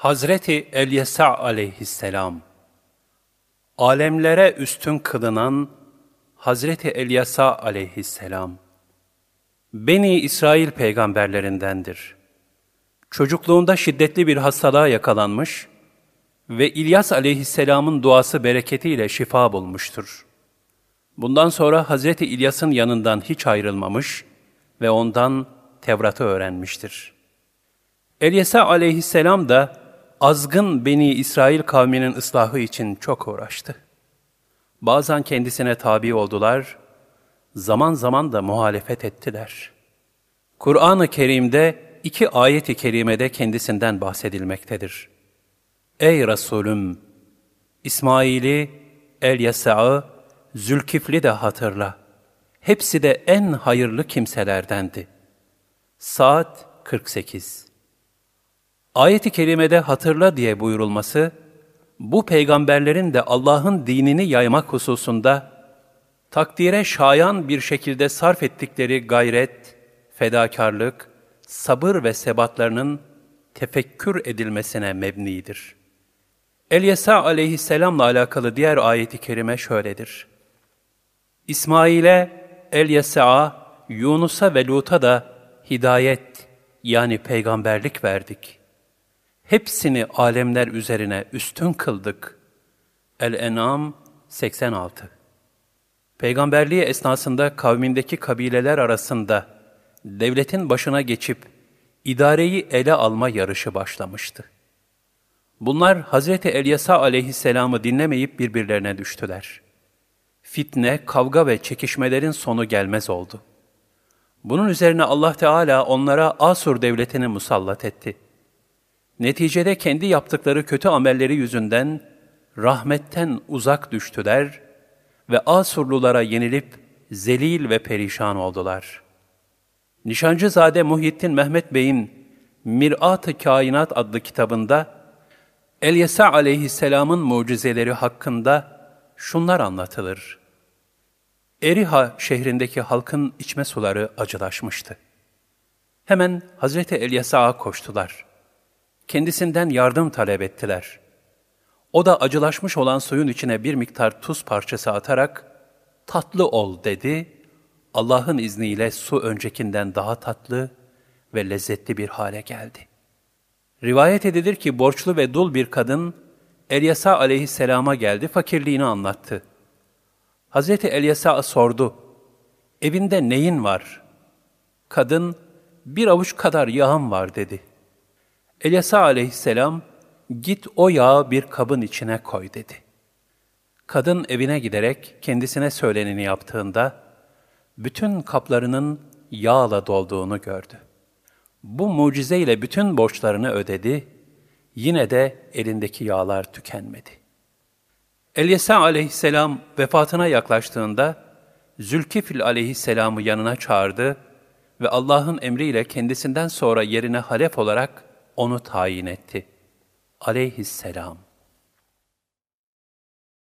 Hazreti Elyesa aleyhisselam, alemlere üstün kılınan Hazreti Elyesa aleyhisselam, Beni İsrail peygamberlerindendir. Çocukluğunda şiddetli bir hastalığa yakalanmış ve İlyas aleyhisselamın duası bereketiyle şifa bulmuştur. Bundan sonra Hazreti İlyas'ın yanından hiç ayrılmamış ve ondan Tevrat'ı öğrenmiştir. Elyesa aleyhisselam da azgın Beni İsrail kavminin ıslahı için çok uğraştı. Bazen kendisine tabi oldular, zaman zaman da muhalefet ettiler. Kur'an-ı Kerim'de 2 ayet-i kerimede kendisinden bahsedilmektedir. Ey Resulüm! İsmail'i, Elyesa'ı, Zülkifl'i de hatırla. Hepsi de en hayırlı kimselerdendi. Saat 48. Ayet-i kerimede hatırla diye buyurulması, bu peygamberlerin de Allah'ın dinini yaymak hususunda takdire şayan bir şekilde sarf ettikleri gayret, fedakarlık, sabır ve sebatlarının tefekkür edilmesine mebnidir. Elyesa aleyhisselamla alakalı diğer ayet-i kerime şöyledir. İsmail'e, Elyesa'ya, Yunus'a ve Lut'a da hidayet yani peygamberlik verdik. Hepsini alemler üzerine üstün kıldık. El-En'am 86. Peygamberliği esnasında kavmindeki kabileler arasında devletin başına geçip idareyi ele alma yarışı başlamıştı. Bunlar Hazreti Elyesa aleyhisselamı dinlemeyip birbirlerine düştüler. Fitne, kavga ve çekişmelerin sonu gelmez oldu. Bunun üzerine Allah Teala onlara Asur devletini musallat etti. Neticede kendi yaptıkları kötü amelleri yüzünden rahmetten uzak düştüler ve Asurlulara yenilip zelil ve perişan oldular. Nişancızade Muhyiddin Mehmet Bey'in Mirat-ı Kainat adlı kitabında Elyesa aleyhisselamın mucizeleri hakkında şunlar anlatılır. Eriha şehrindeki halkın içme suları acılaşmıştı. Hemen Hazreti Elyesa'ya koştular. Kendisinden yardım talep ettiler. O da acılaşmış olan suyun içine bir miktar tuz parçası atarak tatlı ol dedi. Allah'ın izniyle su öncekinden daha tatlı ve lezzetli bir hale geldi. Rivayet edilir ki borçlu ve dul bir kadın Elyesa aleyhisselama geldi, fakirliğini anlattı. Hazreti Elyesa sordu, evinde neyin var? Kadın, bir avuç kadar yağım var dedi. Elyesa aleyhisselam, git o yağı bir kabın içine koy dedi. Kadın evine giderek kendisine söyleneni yaptığında, bütün kaplarının yağla dolduğunu gördü. Bu mucizeyle bütün borçlarını ödedi, yine de elindeki yağlar tükenmedi. Elyesa aleyhisselam vefatına yaklaştığında, Zülkifl aleyhisselamı yanına çağırdı ve Allah'ın emriyle kendisinden sonra yerine halef olarak onu tayin etti. Aleyhisselam.